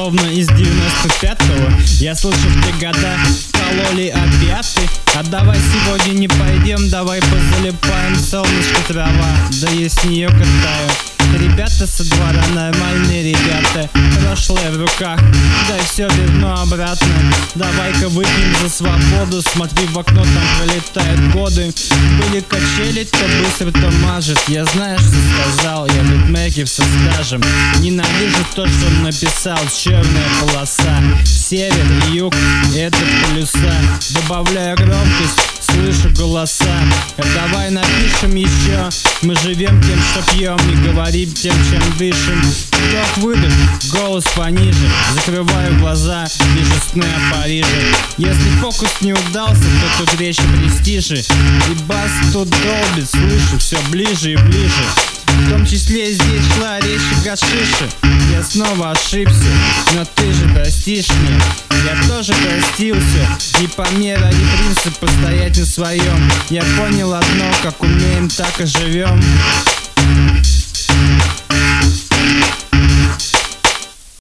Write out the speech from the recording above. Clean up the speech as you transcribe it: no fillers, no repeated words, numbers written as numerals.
словно из 95-го. Я слышу, в те года кололи опяты. А давай сегодня не пойдем, давай позалипаем. Солнышко, трава, да я с нее катаю. Ребята со двора нормальные ребята, прошлое в руках, дай все верну обратно. Давай-ка выпьем за свободу, смотри в окно, там пролетают годы. Были качели, то быстро, то мажет. Я знаю, что сказал, я битмейкер со стажем. Ненавижу то, что он написал, черная полоса. Север и юг, это полюса. Добавляю громкость, слышу голоса. Давай напишем еще, мы живем тем, что пьем, не говорим тем, чем дышим. Вдох-выдох, голос пониже. Закрываю глаза, вижу сны о Париже. Если фокус не удался, то тут речь о престиже. И бас тут долбит, слышу все ближе и ближе. В том числе здесь шла речь о гашише. Я снова ошибся, но ты же простишь мне. Я тоже простился, не по мне ради принципа стоять на своем. Я понял одно, как умеем, так и живем.